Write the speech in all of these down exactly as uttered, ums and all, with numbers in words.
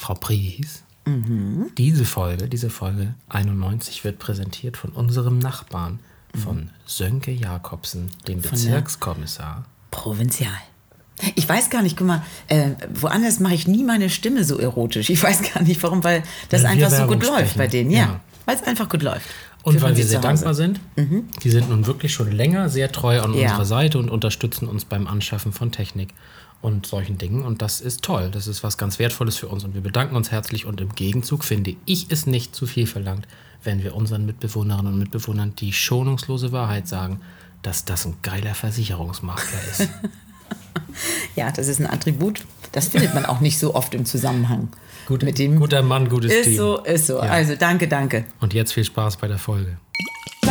Frau Pries, mhm. diese Folge, diese Folge einundneunzig wird präsentiert von unserem Nachbarn, mhm. von Sönke Jakobsen, dem von Bezirkskommissar. Provinzial. Ich weiß gar nicht, guck mal, äh, woanders mache ich nie meine Stimme so erotisch. Ich weiß gar nicht, warum, weil das weil einfach so gut sprechen. läuft bei denen. Ja, ja. Weil es einfach gut läuft. Und weil wir sehr dankbar sind. Mhm. Die sind nun wirklich schon länger sehr treu an ja. unserer Seite und unterstützen uns beim Anschaffen von Technik und solchen Dingen. Und das ist toll. Das ist was ganz Wertvolles für uns. Und wir bedanken uns herzlich. Und im Gegenzug finde ich es nicht zu viel verlangt, wenn wir unseren Mitbewohnerinnen und Mitbewohnern die schonungslose Wahrheit sagen, dass das ein geiler Versicherungsmakler ist. Ja, das ist ein Attribut, das findet man auch nicht so oft im Zusammenhang. Gut, mit dem guter Mann, gutes ist Team. Ist so, ist so. Ja. Also danke, danke. Und jetzt viel Spaß bei der Folge. Oh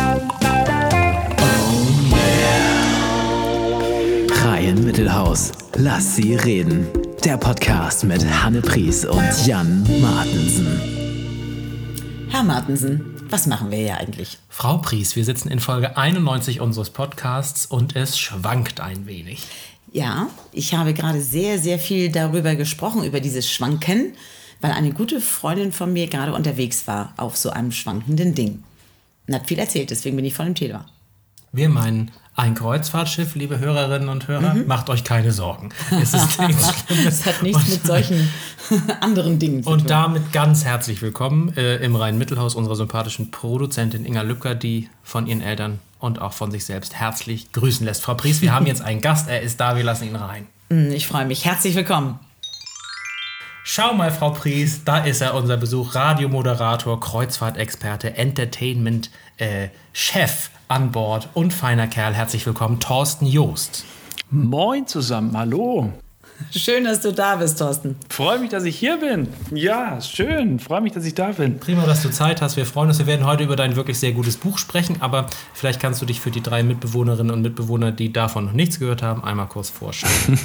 yeah. Reihen Mittelhaus, lass sie reden. Der Podcast mit Hanne Pries und Jan Martensen. Herr Martensen, was machen wir hier eigentlich? Frau Pries, wir sitzen in Folge einundneunzig unseres Podcasts und es schwankt ein wenig. Ja, ich habe gerade sehr, sehr viel darüber gesprochen, über dieses Schwanken, weil eine gute Freundin von mir gerade unterwegs war auf so einem schwankenden Ding. Und hat viel erzählt, deswegen bin ich voll im Thema. Wir meinen ein Kreuzfahrtschiff, liebe Hörerinnen und Hörer, mhm. macht euch keine Sorgen. Es ist nichts Schlimmes. Es hat nichts und, mit solchen anderen Dingen zu tun. Und damit ganz herzlich willkommen äh, im Rhein-Mittelhaus unserer sympathischen Produzentin Inga Lübcker, die von ihren Eltern und auch von sich selbst herzlich grüßen lässt. Frau Pries, wir haben jetzt einen Gast, er ist da, wir lassen ihn rein. Ich freue mich. Herzlich willkommen. Schau mal, Frau Pries, da ist er, unser Besuch. Radiomoderator, Kreuzfahrtexperte, Entertainment-Chef an Bord und feiner Kerl. Herzlich willkommen, Thorsten Joost. Moin zusammen, hallo. Schön, dass du da bist, Thorsten. Freue mich, dass ich hier bin. Ja, schön. Freue mich, dass ich da bin. Prima, dass du Zeit hast. Wir freuen uns. Wir werden heute über dein wirklich sehr gutes Buch sprechen, aber vielleicht kannst du dich für die drei Mitbewohnerinnen und Mitbewohner, die davon noch nichts gehört haben, einmal kurz vorstellen.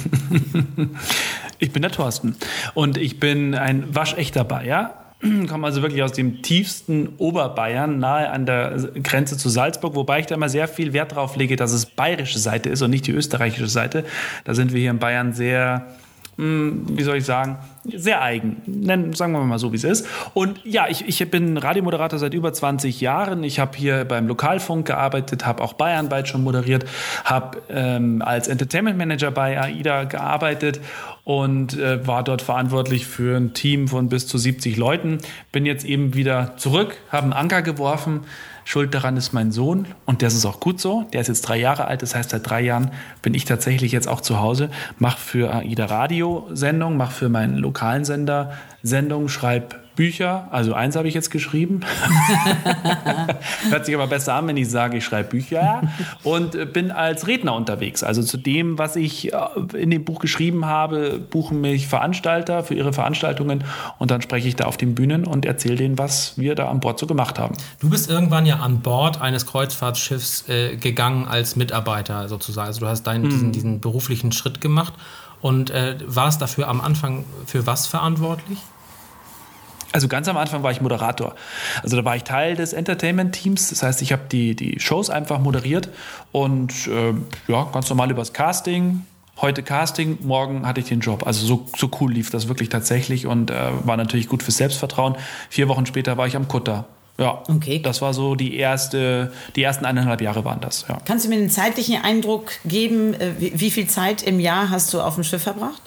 Ich bin der Thorsten und ich bin ein waschechter Bayer. Komme also wirklich aus dem tiefsten Oberbayern, nahe an der Grenze zu Salzburg, wobei ich da immer sehr viel Wert darauf lege, dass es bayerische Seite ist und nicht die österreichische Seite. Da sind wir hier in Bayern sehr, wie soll ich sagen, sehr eigen. Nennen, sagen wir mal so, wie es ist. Und ja, ich, ich bin Radiomoderator seit über zwanzig Jahren. Ich habe hier beim Lokalfunk gearbeitet, habe auch Bayernweit schon moderiert, habe ähm, als Entertainment Manager bei AIDA gearbeitet und äh, war dort verantwortlich für ein Team von bis zu siebzig Leuten. Bin jetzt eben wieder zurück, habe einen Anker geworfen. Schuld daran ist mein Sohn und das ist auch gut so. Der ist jetzt drei Jahre alt, das heißt, seit drei Jahren bin ich tatsächlich jetzt auch zu Hause, mache für AIDA Radiosendung, mache für meinen lokalen Sender Sendung, schreibe Bücher, also eins habe ich jetzt geschrieben. Hört sich aber besser an, wenn ich sage, ich schreibe Bücher. Und bin als Redner unterwegs. Also zu dem, was ich in dem Buch geschrieben habe, buchen mich Veranstalter für ihre Veranstaltungen. Und dann spreche ich da auf den Bühnen und erzähle denen, was wir da an Bord so gemacht haben. Du bist irgendwann ja an Bord eines Kreuzfahrtschiffs äh, gegangen als Mitarbeiter sozusagen. Also du hast deinen, mm. diesen, diesen beruflichen Schritt gemacht und äh, warst dafür am Anfang für was verantwortlich? Also ganz am Anfang war ich Moderator. Also da war ich Teil des Entertainment-Teams. Das heißt, ich habe die, die Shows einfach moderiert und äh, ja, ganz normal übers Casting. Heute Casting, morgen hatte ich den Job. Also so, so cool lief das wirklich tatsächlich und äh, war natürlich gut fürs Selbstvertrauen. Vier Wochen später war ich am Kutter. Ja, okay. Das war so die erste, die ersten eineinhalb Jahre waren das. Ja. Kannst du mir einen zeitlichen Eindruck geben, wie, wie viel Zeit im Jahr hast du auf dem Schiff verbracht?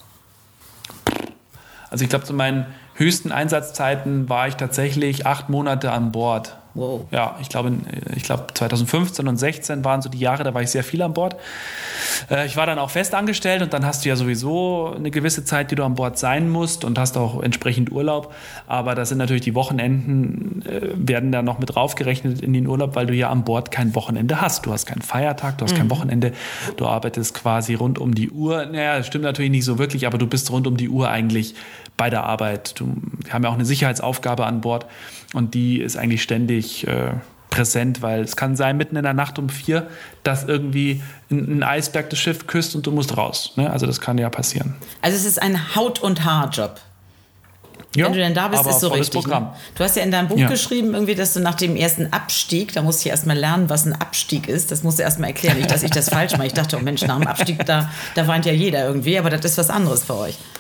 Also ich glaube, zu meinen höchsten Einsatzzeiten war ich tatsächlich acht Monate an Bord. Wow. Ja, ich glaube, ich glaube zwanzig fünfzehn und sechzehn waren so die Jahre, da war ich sehr viel an Bord. Äh, ich war dann auch fest angestellt und dann hast du ja sowieso eine gewisse Zeit, die du an Bord sein musst und hast auch entsprechend Urlaub. Aber das sind natürlich die Wochenenden, äh, werden da noch mit draufgerechnet in den Urlaub, weil du ja an Bord kein Wochenende hast. Du hast keinen Feiertag, du hast mhm. kein Wochenende. Du arbeitest quasi rund um die Uhr. Naja, das stimmt natürlich nicht so wirklich, aber du bist rund um die Uhr eigentlich bei der Arbeit. Du, wir haben ja auch eine Sicherheitsaufgabe an Bord und die ist eigentlich ständig äh, präsent, weil es kann sein, mitten in der Nacht um vier, dass irgendwie ein, ein Eisberg das Schiff küsst und du musst raus. Ne? Also das kann ja passieren. Also es ist ein Haut- und Haar-Job. Ja, wenn du denn da bist, ist so richtig. Programm. Ne? Du hast ja in deinem Buch ja. geschrieben, irgendwie, dass du nach dem ersten Abstieg, da musste ich erst mal lernen, was ein Abstieg ist. Das musst du erst mal erklären, nicht, dass ich das falsch mache. Ich dachte, oh Mensch, nach dem Abstieg, da, da weint ja jeder irgendwie, aber das ist was anderes für euch.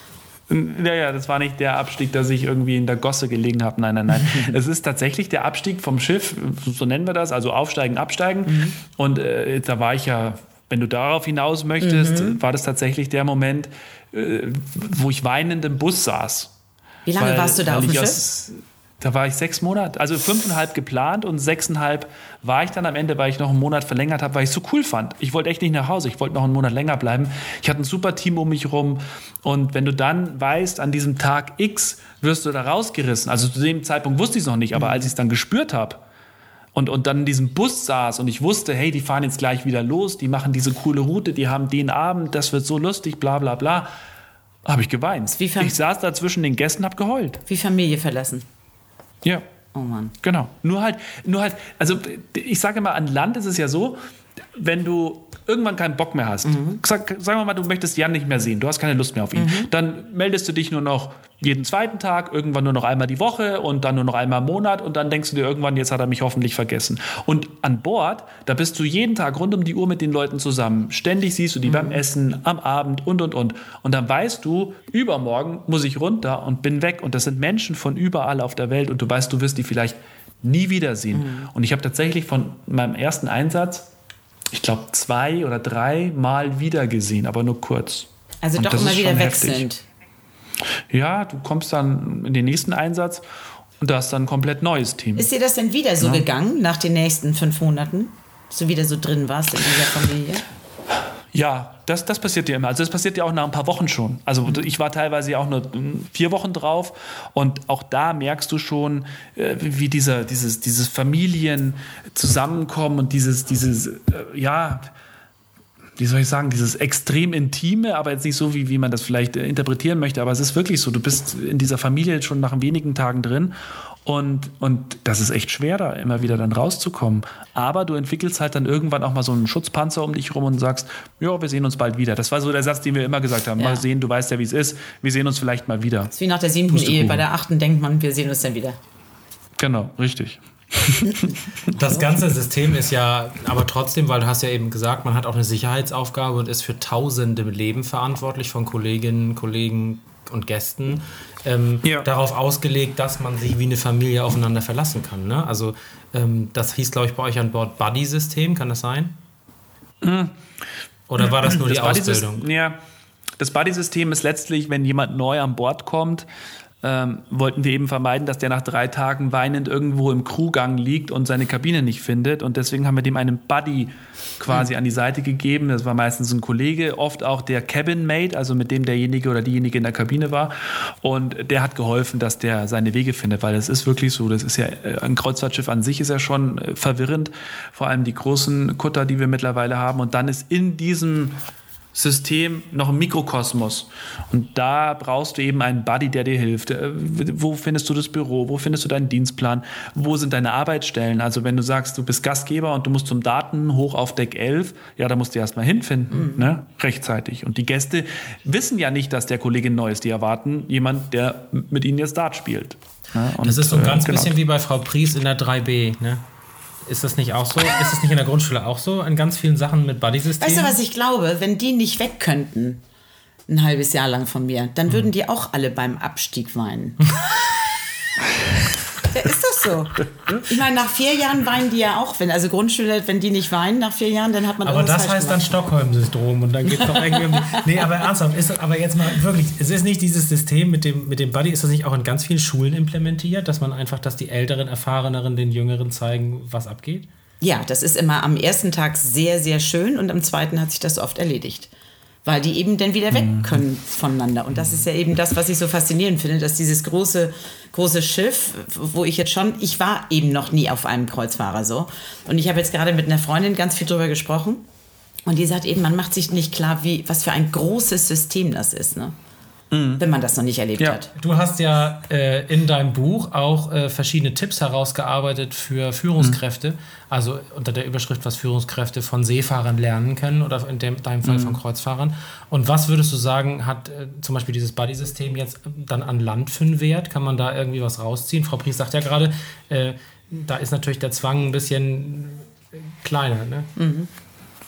Ja, ja, das war nicht der Abstieg, dass ich irgendwie in der Gosse gelegen habe. Nein, nein, nein. Es ist tatsächlich der Abstieg vom Schiff, so nennen wir das, also aufsteigen, absteigen. Mhm. Und äh, da war ich ja, wenn du darauf hinaus möchtest, mhm. war das tatsächlich der Moment, äh, wo ich weinend im Bus saß. Wie lange weil, warst du da auf dem Schiff? Aus, da war ich sechs Monate, also fünfeinhalb geplant und sechseinhalb war ich dann am Ende, weil ich noch einen Monat verlängert habe, weil ich es so cool fand. Ich wollte echt nicht nach Hause, ich wollte noch einen Monat länger bleiben. Ich hatte ein super Team um mich rum und wenn du dann weißt, an diesem Tag X wirst du da rausgerissen, also zu dem Zeitpunkt wusste ich es noch nicht, aber als ich es dann gespürt habe und, und dann in diesem Bus saß und ich wusste, hey, die fahren jetzt gleich wieder los, die machen diese coole Route, die haben den Abend, das wird so lustig, bla bla bla, habe ich geweint. Ich saß da zwischen den Gästen, habe geheult. Wie Familie verlassen. Ja. Oh Mann. Genau. Nur halt, nur halt, also ich sage immer, an Land ist es ja so, wenn du irgendwann keinen Bock mehr hast, mhm. sag, sagen wir mal, du möchtest Jan nicht mehr sehen, du hast keine Lust mehr auf ihn, mhm. dann meldest du dich nur noch jeden zweiten Tag, irgendwann nur noch einmal die Woche und dann nur noch einmal im Monat und dann denkst du dir irgendwann, jetzt hat er mich hoffentlich vergessen. Und an Bord, da bist du jeden Tag rund um die Uhr mit den Leuten zusammen. Ständig siehst du die mhm. beim Essen, am Abend und, und, und. Und dann weißt du, übermorgen muss ich runter und bin weg. Und das sind Menschen von überall auf der Welt und du weißt, du wirst die vielleicht nie wiedersehen. Mhm. Und ich habe tatsächlich von meinem ersten Einsatz, ich glaube, zwei oder drei Mal wieder gesehen, aber nur kurz. Also und doch immer wieder wechselnd. Ja, du kommst dann in den nächsten Einsatz und da hast dann ein komplett neues Team. Ist dir das denn wieder so ja. gegangen nach den nächsten fünf Monaten? Dass du wieder so drin warst in dieser Familie? Ja, das, das passiert ja immer. Also das passiert ja auch nach ein paar Wochen schon. Also ich war teilweise ja auch nur vier Wochen drauf und auch da merkst du schon, wie dieser, dieses, dieses Familienzusammenkommen und dieses, dieses ja, wie soll ich sagen, dieses extrem Intime, aber jetzt nicht so, wie, wie man das vielleicht interpretieren möchte, aber es ist wirklich so, du bist in dieser Familie schon nach wenigen Tagen drin und, und das ist echt schwer, da immer wieder dann rauszukommen. Aber du entwickelst halt dann irgendwann auch mal so einen Schutzpanzer um dich rum und sagst, ja, wir sehen uns bald wieder. Das war so der Satz, den wir immer gesagt haben, ja. Mal sehen, du weißt ja, wie es ist, wir sehen uns vielleicht mal wieder. Das ist wie nach der siebten Ehe, bei der achten denkt man, wir sehen uns dann wieder. Genau, richtig. Das ganze System ist ja, aber trotzdem, weil du hast ja eben gesagt, man hat auch eine Sicherheitsaufgabe und ist für tausende Leben verantwortlich von Kolleginnen, Kollegen und Gästen, ähm, ja. darauf ausgelegt, dass man sich wie eine Familie aufeinander verlassen kann. Ne? Also ähm, das hieß, glaube ich, bei euch an Bord Buddy-System, kann das sein? Mhm. Oder war das nur das die Ausbildung? Ja, das Buddy-System ist letztlich, wenn jemand neu an Bord kommt, Ähm, wollten wir eben vermeiden, dass der nach drei Tagen weinend irgendwo im Crewgang liegt und seine Kabine nicht findet. Und deswegen haben wir dem einen Buddy quasi mhm. an die Seite gegeben. Das war meistens ein Kollege, oft auch der Cabin Mate, also mit dem derjenige oder diejenige in der Kabine war. Und der hat geholfen, dass der seine Wege findet, weil es ist wirklich so, das ist ja, ein Kreuzfahrtschiff an sich ist ja schon verwirrend, vor allem die großen Kutter, die wir mittlerweile haben. Und dann ist in diesem System noch ein Mikrokosmos. Und da brauchst du eben einen Buddy, der dir hilft. Wo findest du das Büro? Wo findest du deinen Dienstplan? Wo sind deine Arbeitsstellen? Also wenn du sagst, du bist Gastgeber und du musst zum Daten hoch auf Deck elf, ja, da musst du erst mal hinfinden, mhm. ne? Rechtzeitig. Und die Gäste wissen ja nicht, dass der Kollege neu ist. Die erwarten jemand, der mit ihnen jetzt Dart spielt. Ne? Und, das ist so ein ganz äh, genau. bisschen wie bei Frau Pries in der drei B, ne? Ist das nicht auch so? Ist das nicht in der Grundschule auch so? In ganz vielen Sachen mit Buddy-Systemen? Weißt du, was ich glaube? Wenn die nicht weg könnten, ein halbes Jahr lang von mir, dann würden die auch alle beim Abstieg weinen. Ja, ist das so? Ich meine, nach vier Jahren weinen die ja auch. Wenn, also Grundschüler, wenn die nicht weinen nach vier Jahren, dann hat man aber das heißt dann Stockholm-Syndrom und dann geht es doch irgendwie um die... Nee, aber ernsthaft, ist das, aber jetzt mal wirklich, es ist nicht dieses System mit dem, mit dem Buddy, ist das nicht auch in ganz vielen Schulen implementiert, dass man einfach, dass die Älteren, Erfahreneren den Jüngeren zeigen, was abgeht? Ja, das ist immer am ersten Tag sehr, sehr schön und am zweiten hat sich das oft erledigt. Weil die eben dann wieder weg können voneinander. Und das ist ja eben das, was ich so faszinierend finde, dass dieses große, große Schiff, wo ich jetzt schon, ich war eben noch nie auf einem Kreuzfahrer so. Und ich habe jetzt gerade mit einer Freundin ganz viel drüber gesprochen. Und die sagt eben, man macht sich nicht klar, wie, was für ein großes System das ist, ne? Mhm. Wenn man das noch nicht erlebt ja. hat. Du hast ja äh, in deinem Buch auch äh, verschiedene Tipps herausgearbeitet für Führungskräfte. Mhm. Also unter der Überschrift, was Führungskräfte von Seefahrern lernen können oder in dem, deinem Fall mhm. von Kreuzfahrern. Und was würdest du sagen, hat äh, zum Beispiel dieses Buddy-System jetzt dann an Land für einen Wert? Kann man da irgendwie was rausziehen? Frau Pries sagt ja gerade, äh, da ist natürlich der Zwang ein bisschen kleiner, ne? Mhm.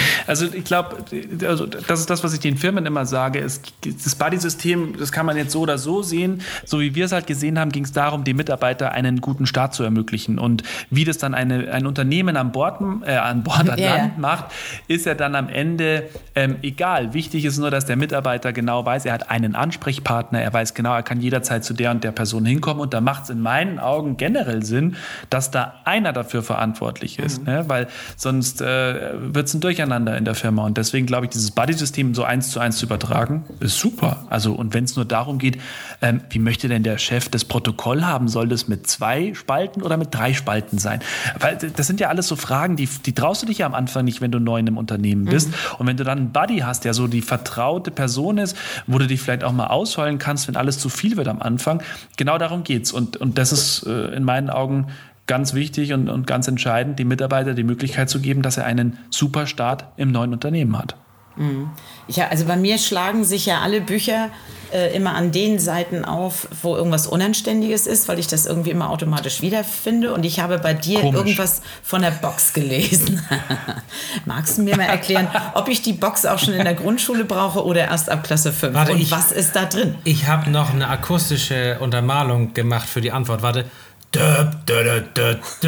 Also ich glaube, also das ist das, was ich den Firmen immer sage. Es, das Buddy-System, das kann man jetzt so oder so sehen. So wie wir es halt gesehen haben, ging es darum, dem Mitarbeiter einen guten Start zu ermöglichen. Und wie das dann eine, ein Unternehmen an Bord, äh, an Bord an ja, Land ja. macht, ist ja dann am Ende ähm, egal. Wichtig ist nur, dass der Mitarbeiter genau weiß, er hat einen Ansprechpartner, er weiß genau, er kann jederzeit zu der und der Person hinkommen. Und da macht es in meinen Augen generell Sinn, dass da einer dafür verantwortlich ist. Mhm. Ne? Weil sonst äh, wird es ein Durcheinander in der Firma. Und deswegen glaube ich, dieses Buddy-System so eins zu eins zu übertragen, ist super. Also, und wenn es nur darum geht, ähm, wie möchte denn der Chef das Protokoll haben? Soll das mit zwei Spalten oder mit drei Spalten sein? Weil das sind ja alles so Fragen, die, die traust du dich ja am Anfang nicht, wenn du neu in einem Unternehmen bist. Mhm. Und wenn du dann einen Buddy hast, der so die vertraute Person ist, wo du dich vielleicht auch mal ausheulen kannst, wenn alles zu viel wird am Anfang, genau darum geht's. Und, und das ist äh, in meinen Augen ganz wichtig und, und ganz entscheidend, dem Mitarbeiter die Möglichkeit zu geben, dass er einen super Start im neuen Unternehmen hat. Ja, also bei mir schlagen sich ja alle Bücher äh, immer an den Seiten auf, wo irgendwas Unanständiges ist, weil ich das irgendwie immer automatisch wiederfinde. Und ich habe bei dir Komisch. irgendwas von der Box gelesen. Magst du mir mal erklären, ob ich die Box auch schon in der Grundschule brauche oder erst ab Klasse fünf? Warte, und ich, was ist da drin? Ich habe noch eine akustische Untermalung gemacht für die Antwort. Warte. Dö, dö, dö, dö, dö.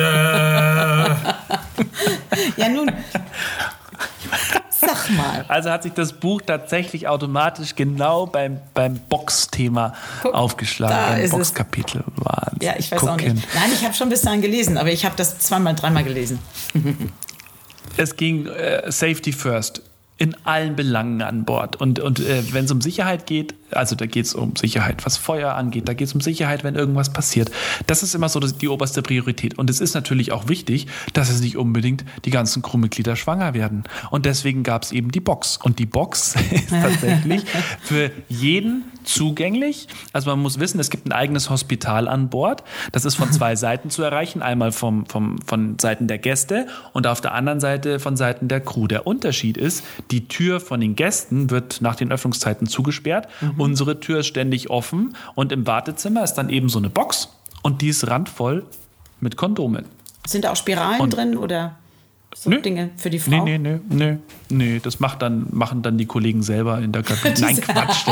Ja, nun. Sag mal. Also hat sich das Buch tatsächlich automatisch genau beim, beim Box-Thema Guck, aufgeschlagen, beim Box-Kapitel. Ja, ich weiß Guck auch nicht. Hin. Nein, ich habe schon bis dahin gelesen, aber ich habe das zweimal, dreimal gelesen. Es ging äh, Safety First. In allen Belangen an Bord. Und, und äh, wenn es um Sicherheit geht, also da geht es um Sicherheit, was Feuer angeht, da geht es um Sicherheit, wenn irgendwas passiert. Das ist immer so die oberste Priorität. Und es ist natürlich auch wichtig, dass es nicht unbedingt die ganzen Crewmitglieder schwanger werden. Und deswegen gab es eben die Box. Und die Box ist tatsächlich für jeden zugänglich. Also man muss wissen, es gibt ein eigenes Hospital an Bord. Das ist von zwei Seiten zu erreichen. Einmal vom, vom, von Seiten der Gäste und auf der anderen Seite von Seiten der Crew. Der Unterschied ist, die Tür von den Gästen wird nach den Öffnungszeiten zugesperrt. Mhm. Unsere Tür ist ständig offen und im Wartezimmer ist dann eben so eine Box und die ist randvoll mit Kondomen. Sind da auch Spiralen und drin oder so nö, Dinge für die Frau? Nee, nee, nee, nee, nee. Das macht dann, machen dann die Kollegen selber in der Kabine. Nein, Quatsch.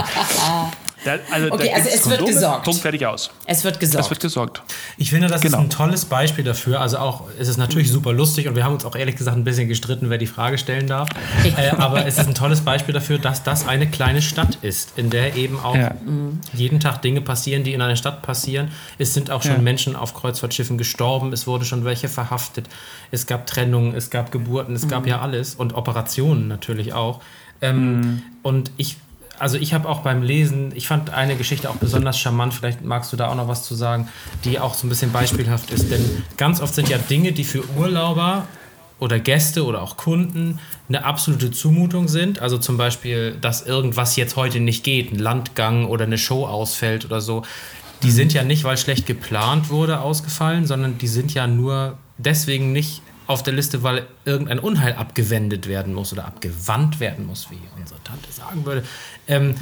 Da, also okay, da also es Kondome, wird gesorgt. Punkt, fertig aus. Es wird gesorgt. Es wird gesorgt. Ich finde, das genau. ist ein tolles Beispiel dafür. Also auch, es ist natürlich mhm. super lustig und wir haben uns auch ehrlich gesagt ein bisschen gestritten, wer die Frage stellen darf. äh, aber es ist ein tolles Beispiel dafür, dass das eine kleine Stadt ist, in der eben auch ja. jeden Tag Dinge passieren, die in einer Stadt passieren. Es sind auch schon ja. Menschen auf Kreuzfahrtschiffen gestorben, es wurde schon welche verhaftet, es gab Trennungen, es gab Geburten, es mhm. gab ja alles und Operationen natürlich auch. Ähm, mhm. Und ich Also ich habe auch beim Lesen, ich fand eine Geschichte auch besonders charmant, vielleicht magst du da auch noch was zu sagen, die auch so ein bisschen beispielhaft ist, denn ganz oft sind ja Dinge, die für Urlauber oder Gäste oder auch Kunden eine absolute Zumutung sind, also zum Beispiel, dass irgendwas jetzt heute nicht geht, ein Landgang oder eine Show ausfällt oder so, die sind ja nicht, weil schlecht geplant wurde, ausgefallen, sondern die sind ja nur deswegen nicht auf der Liste, weil irgendein Unheil abgewendet werden muss oder abgewandt werden muss, wie unsere Tante sagen würde. Ähm,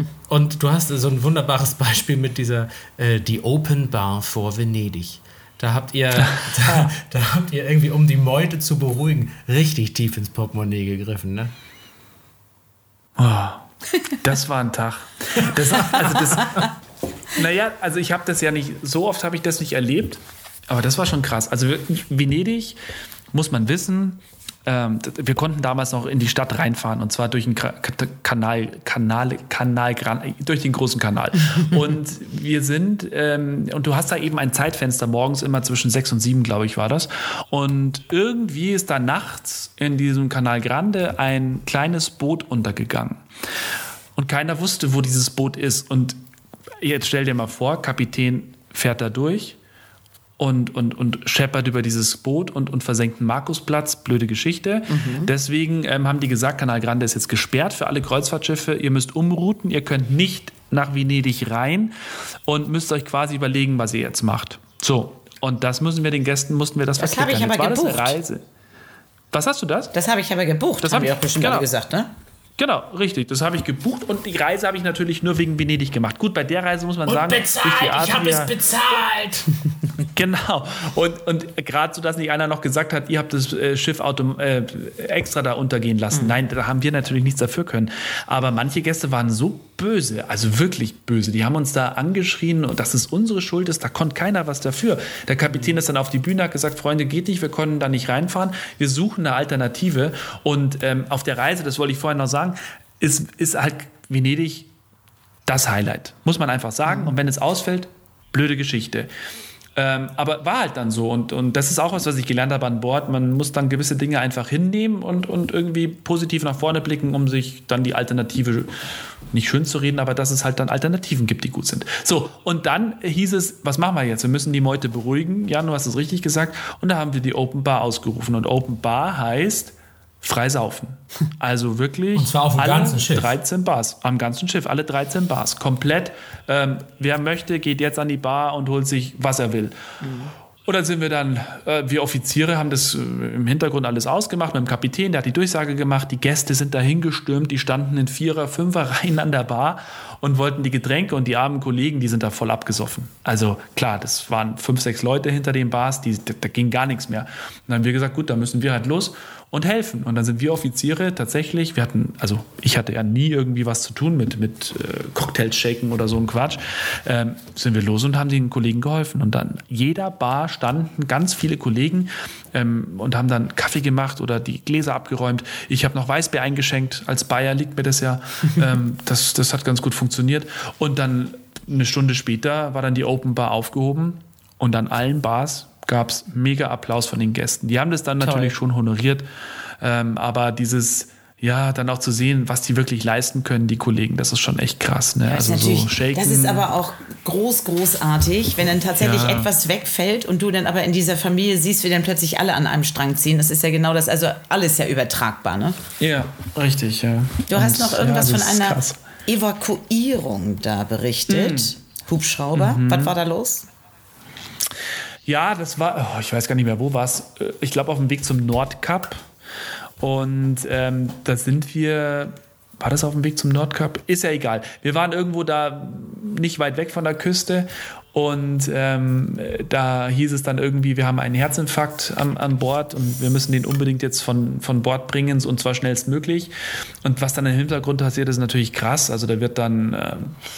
und du hast so ein wunderbares Beispiel mit dieser, äh, die Open Bar vor Venedig. Da habt ihr, da, da habt ihr irgendwie, um die Meute zu beruhigen, richtig tief ins Portemonnaie gegriffen, ne? Oh, das war ein Tag. Das, also das, naja, also ich habe das ja nicht, so oft habe ich das nicht erlebt, aber das war schon krass. Also Venedig, muss man wissen, ähm, wir konnten damals noch in die Stadt reinfahren und zwar durch den Kanal, Kanal, Kanal, durch den großen Kanal. Und wir sind, ähm, und du hast da eben ein Zeitfenster morgens immer zwischen sechs und sieben, glaube ich, war das. Und irgendwie ist da nachts in diesem Canal Grande ein kleines Boot untergegangen. Und keiner wusste, wo dieses Boot ist. Und jetzt stell dir mal vor, Kapitän fährt da durch. Und, und, und scheppert über dieses Boot und, und versenkt den Markusplatz. Blöde Geschichte. Mhm. Deswegen ähm, haben die gesagt, Canal Grande ist jetzt gesperrt für alle Kreuzfahrtschiffe. Ihr müsst umrouten, ihr könnt nicht nach Venedig rein und müsst euch quasi überlegen, was ihr jetzt macht. So, und das müssen wir den Gästen, mussten wir das Das habe ich aber war gebucht. Das eine Reise. Was hast du das? Das habe ich aber gebucht, das haben hab wir auch bestimmt genau. alle gesagt, ne? Genau, richtig. Das habe ich gebucht und die Reise habe ich natürlich nur wegen Venedig gemacht. Gut, bei der Reise muss man und sagen... bezahlt, ich habe es bezahlt! Genau. Und, und gerade so, dass nicht einer noch gesagt hat, ihr habt das äh, Schiff autom- äh, extra da untergehen lassen. Mhm. Nein, da haben wir natürlich nichts dafür können. Aber manche Gäste waren so böse, also wirklich böse. Die haben uns da angeschrien und dass es unsere Schuld ist, da konnte keiner was dafür. Der Kapitän ist dann auf die Bühne, hat gesagt, Freunde, geht nicht, wir können da nicht reinfahren. Wir suchen eine Alternative. Und ähm, auf der Reise, das wollte ich vorhin noch sagen, ist, ist halt Venedig das Highlight. Muss man einfach sagen. Mhm. Und wenn es ausfällt, blöde Geschichte. Ähm, aber war halt dann so und, und das ist auch was, was ich gelernt habe an Bord. Man muss dann gewisse Dinge einfach hinnehmen und, und irgendwie positiv nach vorne blicken, um sich dann die Alternative, nicht schön zu reden, aber dass es halt dann Alternativen gibt, die gut sind. So, und dann hieß es, was machen wir jetzt? Wir müssen die Meute beruhigen. Jan, du hast es richtig gesagt. Und da haben wir die Open Bar ausgerufen. Und Open Bar heißt frei saufen. Also wirklich und zwar auf dem alle ganzen Schiff. dreizehn Bars. Am ganzen Schiff, alle dreizehn Bars. Komplett. Ähm, wer möchte, geht jetzt an die Bar und holt sich, was er will. Mhm. Und dann sind wir dann, äh, wir Offiziere haben das äh, im Hintergrund alles ausgemacht mit dem Kapitän, der hat die Durchsage gemacht, die Gäste sind dahin gestürmt, die standen in Vierer-, Fünfer-Reihen an der Bar und wollten die Getränke und die armen Kollegen, die sind da voll abgesoffen. Also klar, das waren fünf, sechs Leute hinter den Bars, die, da, da ging gar nichts mehr. Und dann haben wir gesagt, gut, da müssen wir halt los und helfen. Und dann sind wir Offiziere tatsächlich, wir hatten, also ich hatte ja nie irgendwie was zu tun mit, mit äh, Cocktails shaken oder so ein Quatsch, ähm, sind wir los und haben den Kollegen geholfen. Und dann jeder Bar standen ganz viele Kollegen ähm, und haben dann Kaffee gemacht oder die Gläser abgeräumt. Ich habe noch Weißbier eingeschenkt, als Bayer liegt mir das ja. ähm, das, das hat ganz gut funktioniert. Und dann eine Stunde später war dann die Open Bar aufgehoben und an allen Bars gab es mega Applaus von den Gästen. Die haben das dann Toll. natürlich schon honoriert, ähm, aber dieses, ja, dann auch zu sehen, was die wirklich leisten können, die Kollegen, das ist schon echt krass. Ne? Ja, also so shaken. Das ist aber auch groß, großartig, wenn dann tatsächlich ja. etwas wegfällt und du dann aber in dieser Familie siehst, wie dann plötzlich alle an einem Strang ziehen. Das ist ja genau das, also alles ja übertragbar, ne? Ja, richtig, ja. Du und, hast noch irgendwas ja, von einer krass. Evakuierung da berichtet. Mhm. Hubschrauber, mhm. was war da los? Ja, das war, oh, ich weiß gar nicht mehr, wo war es. Ich glaube, auf dem Weg zum Nordkap. Und ähm, da sind wir, war das auf dem Weg zum Nordkap? Ist ja egal. Wir waren irgendwo da nicht weit weg von der Küste. Und ähm, da hieß es dann irgendwie, wir haben einen Herzinfarkt an, an Bord und wir müssen den unbedingt jetzt von, von Bord bringen und zwar schnellstmöglich. Und was dann im Hintergrund passiert, ist natürlich krass. Also da wird dann äh,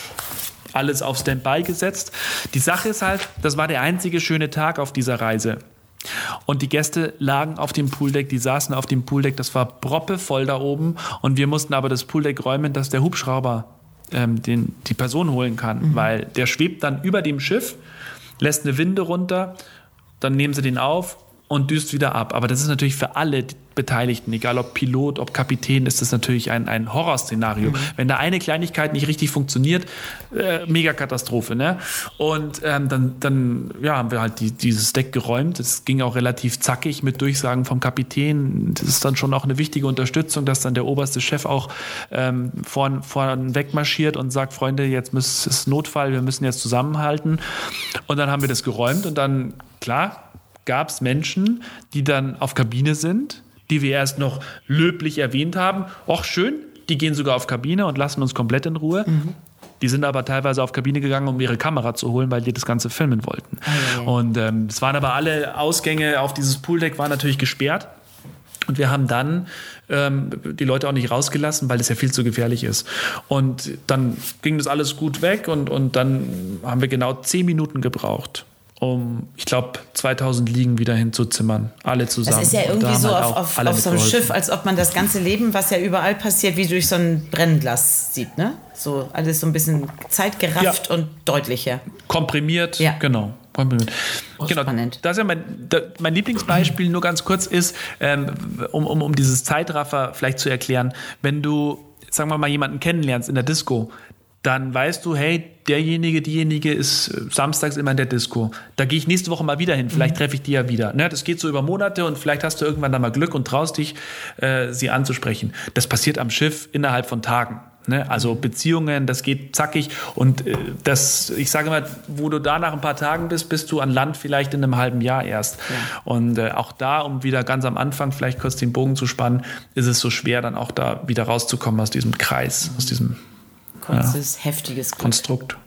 alles auf Standby gesetzt. Die Sache ist halt, das war der einzige schöne Tag auf dieser Reise. Und die Gäste lagen auf dem Pooldeck, die saßen auf dem Pooldeck, das war proppevoll da oben und wir mussten aber das Pooldeck räumen, dass der Hubschrauber ähm, den, die Person holen kann, mhm. weil der schwebt dann über dem Schiff, lässt eine Winde runter, dann nehmen sie den auf und düst wieder ab. Aber das ist natürlich für alle Beteiligten, egal ob Pilot, ob Kapitän, ist das natürlich ein, ein Horrorszenario. Mhm. Wenn da eine Kleinigkeit nicht richtig funktioniert, äh, Megakatastrophe. Ne? Und ähm, dann, dann ja, haben wir halt die, dieses Deck geräumt. Das ging auch relativ zackig mit Durchsagen vom Kapitän. Das ist dann schon auch eine wichtige Unterstützung, dass dann der oberste Chef auch ähm, vorn, vorn wegmarschiert und sagt, Freunde, jetzt ist es Notfall, wir müssen jetzt zusammenhalten. Und dann haben wir das geräumt und dann, klar, gab es Menschen, die dann auf Kabine sind, die wir erst noch löblich erwähnt haben. Och, schön, die gehen sogar auf Kabine und lassen uns komplett in Ruhe. Mhm. Die sind aber teilweise auf Kabine gegangen, um ihre Kamera zu holen, weil die das Ganze filmen wollten. Mhm. Und ähm, es waren aber alle Ausgänge auf dieses Pooldeck waren natürlich gesperrt. Und wir haben dann ähm, die Leute auch nicht rausgelassen, weil das ja viel zu gefährlich ist. Und dann ging das alles gut weg und, und dann haben wir genau zehn Minuten gebraucht, um, ich glaube, zweitausend Liegen wieder hinzuzimmern. Alle zusammen. Das ist ja irgendwie so auf, auf, auf so einem Schiff, als ob man das ganze Leben, was ja überall passiert, wie durch so ein Brennglas sieht, ne? So alles so ein bisschen zeitgerafft ja. und deutlicher. Komprimiert, ja. genau. Komprimiert. Oh, genau. Spannend. Das ist ja mein, da, mein Lieblingsbeispiel, nur ganz kurz, ist, ähm, um, um, um dieses Zeitraffer vielleicht zu erklären, wenn du, sagen wir mal, jemanden kennenlernst in der Disco, dann weißt du, hey, derjenige, diejenige ist samstags immer in der Disco. Da gehe ich nächste Woche mal wieder hin. Vielleicht treffe ich die ja wieder. Ne, das geht so über Monate und vielleicht hast du irgendwann da mal Glück und traust dich, äh, sie anzusprechen. Das passiert am Schiff innerhalb von Tagen. Ne? Also Beziehungen, das geht zackig. Und äh, das, ich sage mal, wo du da nach ein paar Tagen bist, bist du an Land vielleicht in einem halben Jahr erst. Ja. Und äh, auch da, um wieder ganz am Anfang vielleicht kurz den Bogen zu spannen, ist es so schwer, dann auch da wieder rauszukommen aus diesem Kreis, aus diesem kurzes, ja. heftiges Glück. Konstrukt.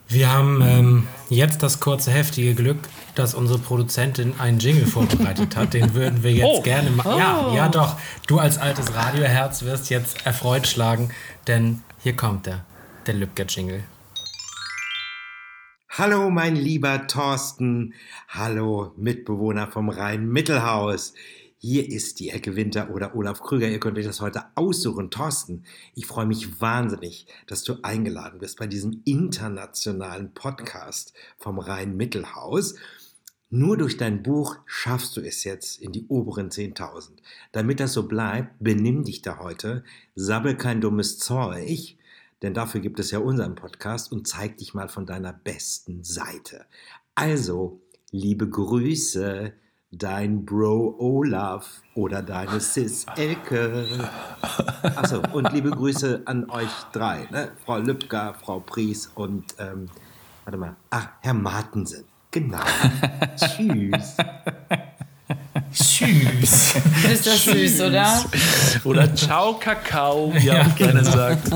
Wir haben ähm, jetzt das kurze, heftige Glück, dass unsere Produzentin einen Jingle vorbereitet hat. Den würden wir jetzt oh. gerne machen. Oh. Ja, ja doch. Du als altes Radioherz wirst jetzt erfreut schlagen, denn hier kommt der, der Lübcker-Jingle. Hallo, mein lieber Thorsten. Hallo, Mitbewohner vom Rhein-Mittelhaus. Hier ist die Ecke Winter oder Olaf Krüger. Ihr könnt euch das heute aussuchen. Thorsten, ich freue mich wahnsinnig, dass du eingeladen bist bei diesem internationalen Podcast vom Rhein-Mittelhaus. Nur durch dein Buch schaffst du es jetzt in die oberen zehntausend. Damit das so bleibt, benimm dich da heute, sabbel kein dummes Zeug, denn dafür gibt es ja unseren Podcast und zeig dich mal von deiner besten Seite. Also, liebe Grüße, dein Bro Olaf oder deine Sis Elke. Achso, und liebe Grüße an euch drei, ne? Frau Lübcker, Frau Pries und, ähm, warte mal, ach, Herr Martensen. Genau. Tschüss. Tschüss. Ist das süß, oder? Oder Ciao, Kakao, wie er ja, auch gerne genau. sagt.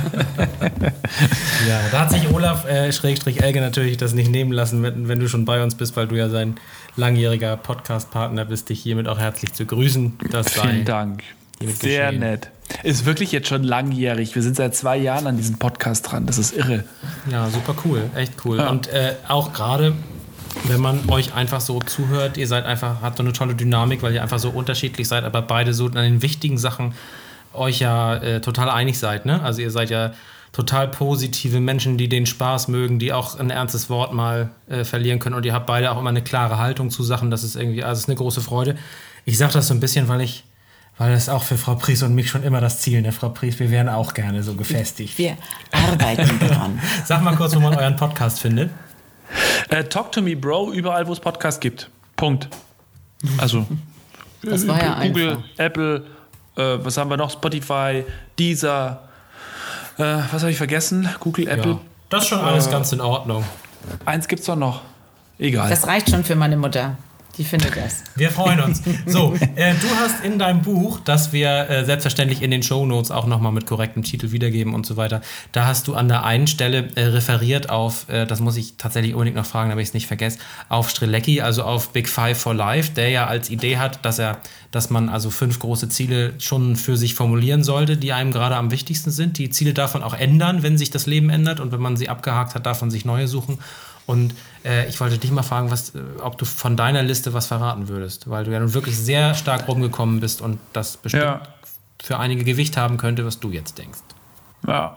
Ja, da hat sich Olaf, äh, Schrägstrich Elke, natürlich das nicht nehmen lassen, wenn, wenn du schon bei uns bist, weil du ja sein langjähriger Podcast-Partner bist, dich hiermit auch herzlich zu grüßen. Das sei Vielen Dank. Sehr geschehen. Nett. Ist wirklich jetzt schon langjährig. Wir sind seit zwei Jahren an diesem Podcast dran. Das ist irre. Ja, super cool. Echt cool. Ja. Und äh, auch gerade, wenn man euch einfach so zuhört, ihr seid einfach, habt so eine tolle Dynamik, weil ihr einfach so unterschiedlich seid, aber beide so an den wichtigen Sachen euch ja äh, total einig seid, ne? Also ihr seid ja total positive Menschen, die den Spaß mögen, die auch ein ernstes Wort mal äh, verlieren können und ihr habt beide auch immer eine klare Haltung zu Sachen, das ist irgendwie, also es ist eine große Freude. Ich sage das so ein bisschen, weil ich, weil das auch für Frau Pries und mich schon immer das Ziel, ne, Frau Pries, wir wären auch gerne so gefestigt. Wir arbeiten dran. Sag mal kurz, wo man euren Podcast findet. Uh, Talk to me, Bro, überall, wo es Podcasts gibt. Punkt. Also, das war ja Google, einfach. Apple, äh, was haben wir noch? Spotify, Deezer, äh, was habe ich vergessen? Google, Apple. Ja, das ist schon alles äh, ganz in Ordnung. Eins gibt's doch noch. Egal. Das reicht schon für meine Mutter. Die findet das. Wir freuen uns. So, äh, du hast in deinem Buch, das wir äh, selbstverständlich in den Shownotes auch nochmal mit korrektem Titel wiedergeben und so weiter, da hast du an der einen Stelle äh, referiert auf, äh, das muss ich tatsächlich unbedingt noch fragen, damit ich es nicht vergesse, auf Strelecki, also auf Big Five for Life, der ja als Idee hat, dass er, dass man also fünf große Ziele schon für sich formulieren sollte, die einem gerade am wichtigsten sind. Die Ziele davon auch ändern, wenn sich das Leben ändert und wenn man sie abgehakt hat, davon sich neue suchen. Und äh, ich wollte dich mal fragen, was, ob du von deiner Liste was verraten würdest, weil du ja nun wirklich sehr stark rumgekommen bist und das bestimmt ja. für einige Gewicht haben könnte, was du jetzt denkst. Ja,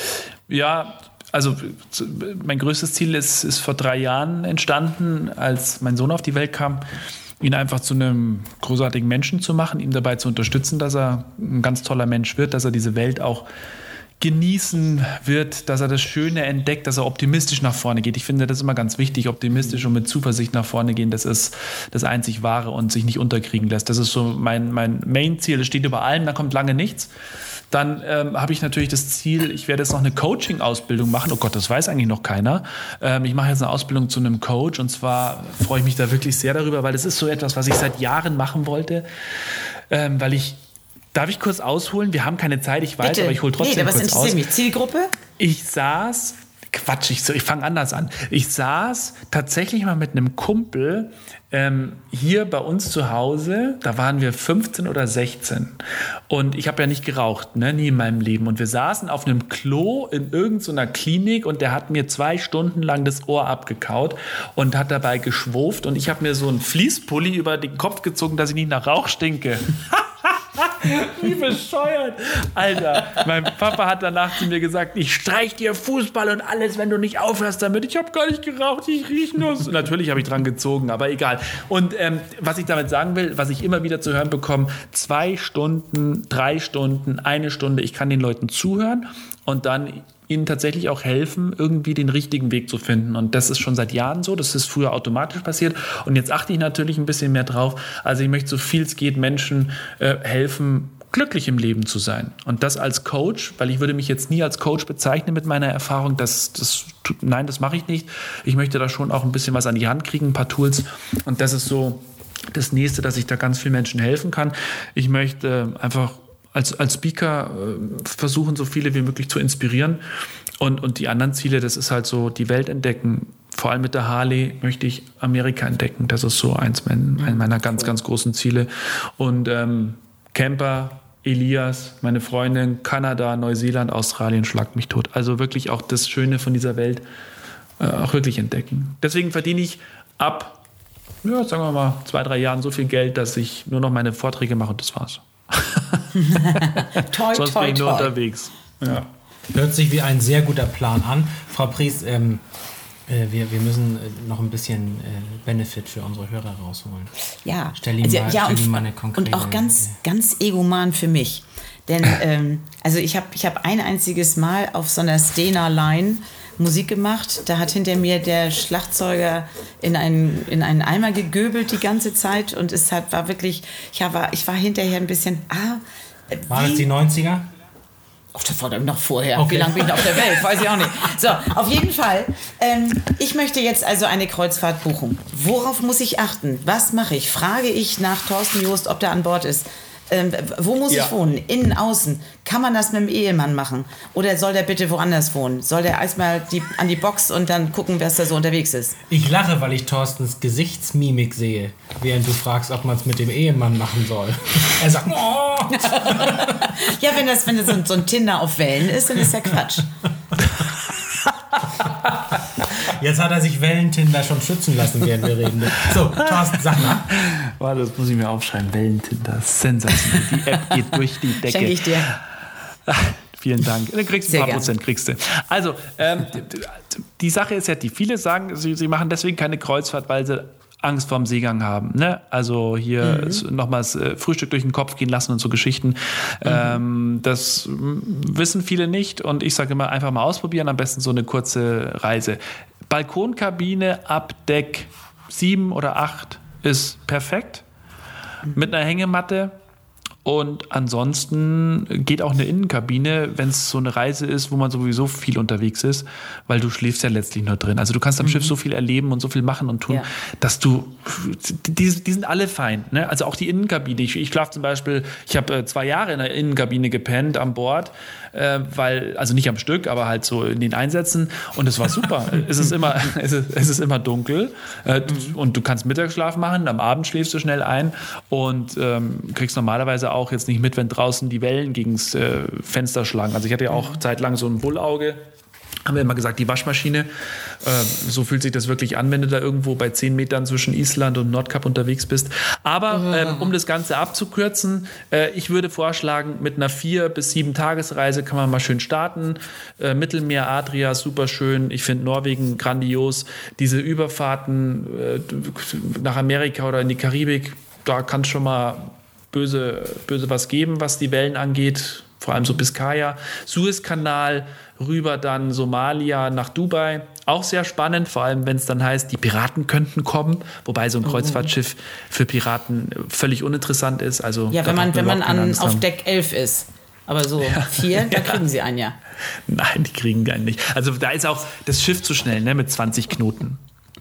ja, also mein größtes Ziel ist, ist vor drei Jahren entstanden, als mein Sohn auf die Welt kam, ihn einfach zu einem großartigen Menschen zu machen, ihm dabei zu unterstützen, dass er ein ganz toller Mensch wird, dass er diese Welt auch genießen wird, dass er das Schöne entdeckt, dass er optimistisch nach vorne geht. Ich finde, das ist immer ganz wichtig, optimistisch und mit Zuversicht nach vorne gehen. Das ist das einzig Wahre und sich nicht unterkriegen lässt. Das ist so mein, mein Main-Ziel. Das steht über allem, da kommt lange nichts. Dann ähm, habe ich natürlich das Ziel, ich werde jetzt noch eine Coaching-Ausbildung machen. Oh Gott, das weiß eigentlich noch keiner. Ähm, ich mache jetzt eine Ausbildung zu einem Coach und zwar freue ich mich da wirklich sehr darüber, weil das ist so etwas, was ich seit Jahren machen wollte, ähm, weil ich Darf ich kurz ausholen? Wir haben keine Zeit, ich weiß, Bitte. aber ich hole trotzdem nee, kurz aus. Was interessiert mich? Zielgruppe? Ich saß, Quatsch, ich, ich fange anders an. Ich saß tatsächlich mal mit einem Kumpel ähm, hier bei uns zu Hause, da waren wir fünfzehn oder sechzehn und ich habe ja nicht geraucht, ne, nie in meinem Leben. Und wir saßen auf einem Klo in irgendeiner Klinik und der hat mir zwei Stunden lang das Ohr abgekaut und hat dabei geschwurft und ich habe mir so einen Fließpulli über den Kopf gezogen, dass ich nicht nach Rauch stinke. Wie bescheuert. Alter, mein Papa hat danach zu mir gesagt, ich streich dir Fußball und alles, wenn du nicht aufhörst damit. Ich habe gar nicht geraucht, ich riech nur. Natürlich habe ich dran gezogen, aber egal. Und ähm, was ich damit sagen will, was ich immer wieder zu hören bekomme, zwei Stunden, drei Stunden, eine Stunde, ich kann den Leuten zuhören und dann ihnen tatsächlich auch helfen, irgendwie den richtigen Weg zu finden. Und das ist schon seit Jahren so. Das ist früher automatisch passiert. Und jetzt achte ich natürlich ein bisschen mehr drauf. Also ich möchte, so viel es geht, Menschen äh, helfen, glücklich im Leben zu sein. Und das als Coach, weil ich würde mich jetzt nie als Coach bezeichnen mit meiner Erfahrung. Das, das, nein, das mache ich nicht. Ich möchte da schon auch ein bisschen was an die Hand kriegen, ein paar Tools. Und das ist so das Nächste, dass ich da ganz vielen Menschen helfen kann. Ich möchte einfach als, als Speaker äh, versuchen, so viele wie möglich zu inspirieren Und, und die anderen Ziele, das ist halt so, die Welt entdecken. Vor allem mit der Harley möchte ich Amerika entdecken. Das ist so eins meiner, ein meiner ganz, ganz großen Ziele. Und ähm, Camper, Elias, meine Freundin, Kanada, Neuseeland, Australien, schlagt mich tot. Also wirklich auch das Schöne von dieser Welt äh, auch wirklich entdecken. Deswegen verdiene ich ab, ja, sagen wir mal, zwei, drei Jahren so viel Geld, dass ich nur noch meine Vorträge mache und das war's. toi, Sonst toi, bin ich nur toi. unterwegs. Ja. Hört sich wie ein sehr guter Plan an. Frau Pries, ähm, äh, wir, wir müssen äh, noch ein bisschen äh, Benefit für unsere Hörer rausholen. Ja, Stell ihm also, mal, ja stell und, ihm mal eine konkrete... und auch ganz, ganz egoman für mich. Denn ähm, also ich habe ich hab ein einziges Mal auf so einer Stena-Line Musik gemacht. Da hat hinter mir der Schlagzeuger in einen, in einen Eimer gegöbelt die ganze Zeit. Und es hat, war wirklich, ich war, ich war hinterher ein bisschen... Ah, War das die neunziger? Ach, das war dann noch vorher. Okay. Wie lange bin ich auf der Welt? Weiß ich auch nicht. So, auf jeden Fall. Ähm, ich möchte jetzt also eine Kreuzfahrt buchen. Worauf muss ich achten? Was mache ich? Frage ich nach Thorsten Joost, ob der an Bord ist? Ähm, wo muss Ja. ich wohnen? Innen, außen? Kann man das mit dem Ehemann machen? Oder soll der bitte woanders wohnen? Soll der erstmal die, an die Box und dann gucken, wer da so unterwegs ist? Ich lache, weil ich Thorstens Gesichtsmimik sehe, während du fragst, ob man es mit dem Ehemann machen soll. Er sagt, oh! Ja, wenn das, wenn das so, so ein Tinder auf Wellen ist, dann ist ja Quatsch. Jetzt hat er sich Wellentinder schon schützen lassen, während wir reden. So, Thorsten, sag mal. Warte, das muss ich mir aufschreiben. Wellentinder, sensationell. Die App geht durch die Decke. Schenke ich dir. Vielen Dank. Dann kriegst du Sehr ein paar gern. Prozent. Kriegst du. Also, ähm, die Sache ist ja, die viele sagen, sie, sie machen deswegen keine Kreuzfahrt, weil sie Angst vorm Seegang haben. Ne? Also hier mhm. nochmals äh, Frühstück durch den Kopf gehen lassen und so Geschichten. Mhm. Ähm, das m, wissen viele nicht und ich sage immer, einfach mal ausprobieren, am besten so eine kurze Reise. Balkonkabine ab Deck sieben oder acht ist perfekt. Mhm. Mit einer Hängematte. Und ansonsten geht auch eine Innenkabine, wenn es so eine Reise ist, wo man sowieso viel unterwegs ist, weil du schläfst ja letztlich nur drin. Also du kannst am mhm. Schiff so viel erleben und so viel machen und tun, ja. dass du, die, die sind alle fein. Ne? Also auch die Innenkabine. Ich, ich schlafe zum Beispiel, ich habe äh, zwei Jahre in der Innenkabine gepennt an Bord, äh, weil, also nicht am Stück, aber halt so in den Einsätzen und es war super. es, ist immer, es, ist, es ist immer dunkel äh, mhm. und du kannst Mittagsschlaf machen, am Abend schläfst du schnell ein und ähm, kriegst normalerweise auch jetzt nicht mit, wenn draußen die Wellen gegen das äh, Fenster schlagen. Also ich hatte ja auch zeitlang so ein Bullauge. Haben wir immer gesagt, die Waschmaschine. Äh, so fühlt sich das wirklich an, wenn du da irgendwo bei zehn Metern zwischen Island und Nordkap unterwegs bist. Aber ähm, um das Ganze abzukürzen, äh, ich würde vorschlagen, mit einer vier- bis sieben Tagesreise kann man mal schön starten. Äh, Mittelmeer, Adria, super schön. Ich finde Norwegen grandios. Diese Überfahrten äh, nach Amerika oder in die Karibik, da kann es schon mal böse, böse was geben, was die Wellen angeht. Vor allem so Biskaya, Suezkanal, rüber dann Somalia nach Dubai. Auch sehr spannend, vor allem wenn es dann heißt, die Piraten könnten kommen. Wobei so ein Kreuzfahrtschiff für Piraten völlig uninteressant ist. Also ja, wenn man, wenn man an, auf Deck elf ist. Aber so ja. vier, da kriegen sie einen ja. Nein, die kriegen einen nicht. Also da ist auch das Schiff zu schnell, ne, mit zwanzig Knoten.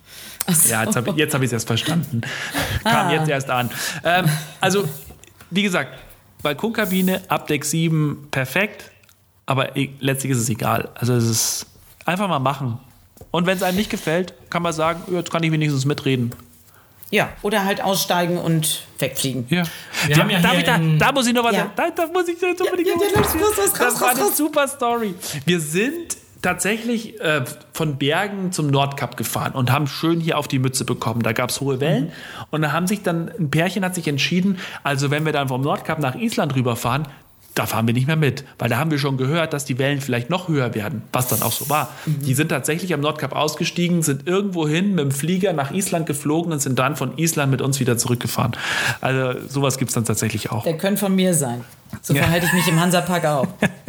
So. Ja, jetzt habe jetzt hab ich es erst verstanden. Kam ah. jetzt erst an. Ähm, also, wie gesagt, Balkonkabine, ab Deck sieben, perfekt. Aber letztlich ist es egal. Also es ist einfach mal machen. Und wenn es einem nicht gefällt, kann man sagen, jetzt kann ich wenigstens mitreden. Ja, oder halt aussteigen und wegfliegen. Ja. Wir haben ja da, hier da, da muss ich noch was ja. sagen. Da, da muss ich jetzt unbedingt ja, ja, ja, los, los, los, Das raus, war raus, eine raus. super Story. Wir sind tatsächlich äh, von Bergen zum Nordkap gefahren und haben schön hier auf die Mütze bekommen. Da gab es hohe Wellen. Mhm. Und da haben sich dann, ein Pärchen hat sich entschieden, also wenn wir dann vom Nordkap nach Island rüberfahren, da fahren wir nicht mehr mit, weil da haben wir schon gehört, dass die Wellen vielleicht noch höher werden, was dann auch so war. Mhm. Die sind tatsächlich am Nordkap ausgestiegen, sind irgendwo hin mit dem Flieger nach Island geflogen und sind dann von Island mit uns wieder zurückgefahren. Also sowas gibt es dann tatsächlich auch. Der könnte von mir sein. So verhalte ich mich im Hansapark auch.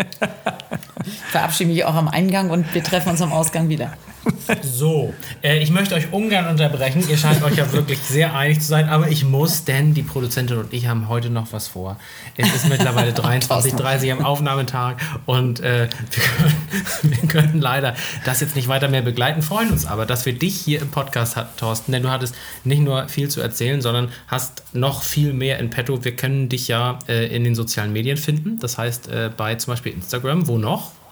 Verabschiede mich auch am Eingang und wir treffen uns am Ausgang wieder. So, äh, ich möchte euch ungern unterbrechen. Ihr scheint euch ja wirklich sehr einig zu sein, aber ich muss, denn die Produzentin und ich haben heute noch was vor. Es ist mittlerweile dreiundzwanzig Uhr dreißig am Aufnahmetag und äh, wir, können, wir können leider das jetzt nicht weiter mehr begleiten, freuen uns aber, dass wir dich hier im Podcast hatten, Thorsten, denn du hattest nicht nur viel zu erzählen, sondern hast noch viel mehr in petto. Wir können dich ja äh, in den sozialen Medien finden, das heißt äh, bei zum Beispiel Instagram, wo noch?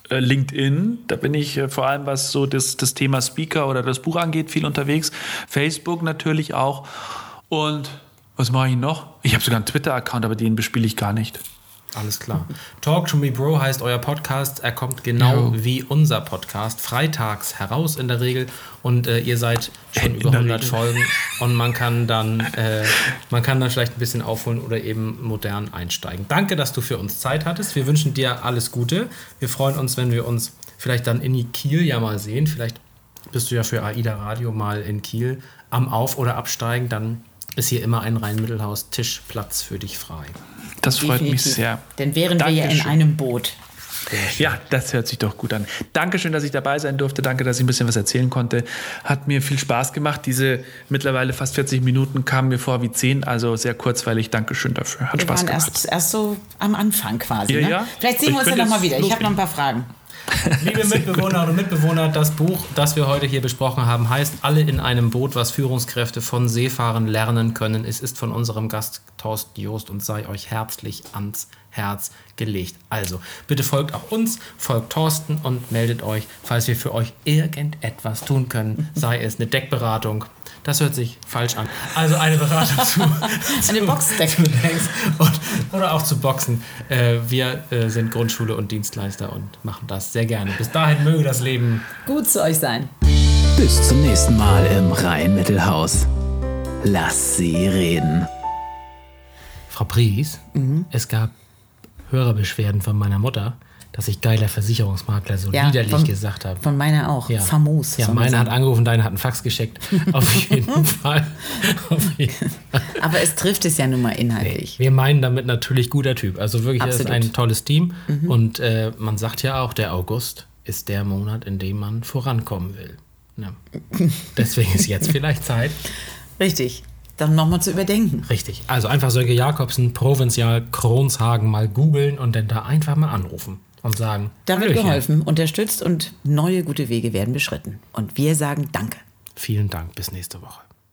äh, LinkedIn, da bin ich äh, vor allem, was so das, das Thema Speaker oder das Buch angeht, viel unterwegs. Facebook natürlich auch. Und was mache ich noch? Ich habe sogar einen Twitter-Account, aber den bespiele ich gar nicht. Alles klar. Talk to Me Bro heißt euer Podcast. Er kommt genau ja. wie unser Podcast freitags heraus in der Regel. Und äh, ihr seid schon in über hundert Regel. Folgen. Und man kann dann äh, man kann dann vielleicht ein bisschen aufholen oder eben modern einsteigen. Danke, dass du für uns Zeit hattest. Wir wünschen dir alles Gute. Wir freuen uns, wenn wir uns vielleicht dann in Kiel ja mal sehen. Vielleicht bist du ja für AIDA Radio mal in Kiel am Auf- oder Absteigen. Dann ist hier immer ein Rhein-Mittelhaus-Tischplatz für dich frei. Das freut Definitiv. mich sehr. Dann wären Dankeschön. wir ja in einem Boot. Ja, das hört sich doch gut an. Dankeschön, dass ich dabei sein durfte. Danke, dass ich ein bisschen was erzählen konnte. Hat mir viel Spaß gemacht. Diese mittlerweile fast vierzig Minuten kamen mir vor wie zehn, also sehr kurzweilig. Dankeschön dafür. Hat wir Spaß waren gemacht. Erst, erst so am Anfang quasi. Ja, ne? ja. Vielleicht sehen wir Ich uns ja könnte nochmal jetzt wieder. Ich habe noch ein loslegen. paar Fragen. Liebe Mitbewohner und Mitbewohner, das Buch, das wir heute hier besprochen haben, heißt Alle in einem Boot, was Führungskräfte von Seefahren lernen können. Es ist von unserem Gast Thorsten Joost und sei euch herzlich ans Herz gelegt. Also, bitte folgt auch uns, folgt Thorsten und meldet euch, falls wir für euch irgendetwas tun können, sei es eine Deckberatung. Das hört sich falsch an. Also eine Beratung zu, Eine zu, Boxdeck. zu Decks und, oder auch zu Boxen. Äh, wir äh, sind Grundschule und Dienstleister und machen das sehr gerne. Bis dahin möge das Leben Gut zu euch sein. Bis zum nächsten Mal im Rhein-Mittelhaus. Lass sie reden. Frau Pries, mhm. es gab Hörerbeschwerden von meiner Mutter, dass ich geiler Versicherungsmakler so Ja, liederlich von, gesagt habe. Von meiner auch. Ja. Famos. Ja, meine hat angerufen, deine hat einen Fax geschickt. Auf jeden Fall. Auf jeden Fall. Aber es trifft es ja nun mal inhaltlich. Wir meinen damit natürlich guter Typ. Also wirklich, es ist Absolut. ein tolles Team. Mhm. Und äh, man sagt ja auch, der August ist der Monat, in dem man vorankommen will. Ja. Deswegen ist jetzt vielleicht Zeit. Richtig. Dann nochmal zu überdenken. Richtig. Also einfach Sönke Jakobsen, Provinzial Kronshagen mal googeln und dann da einfach mal anrufen und sagen, Da wird Hallöchen. geholfen, unterstützt und neue gute Wege werden beschritten. Und wir sagen Danke. Vielen Dank. Bis nächste Woche.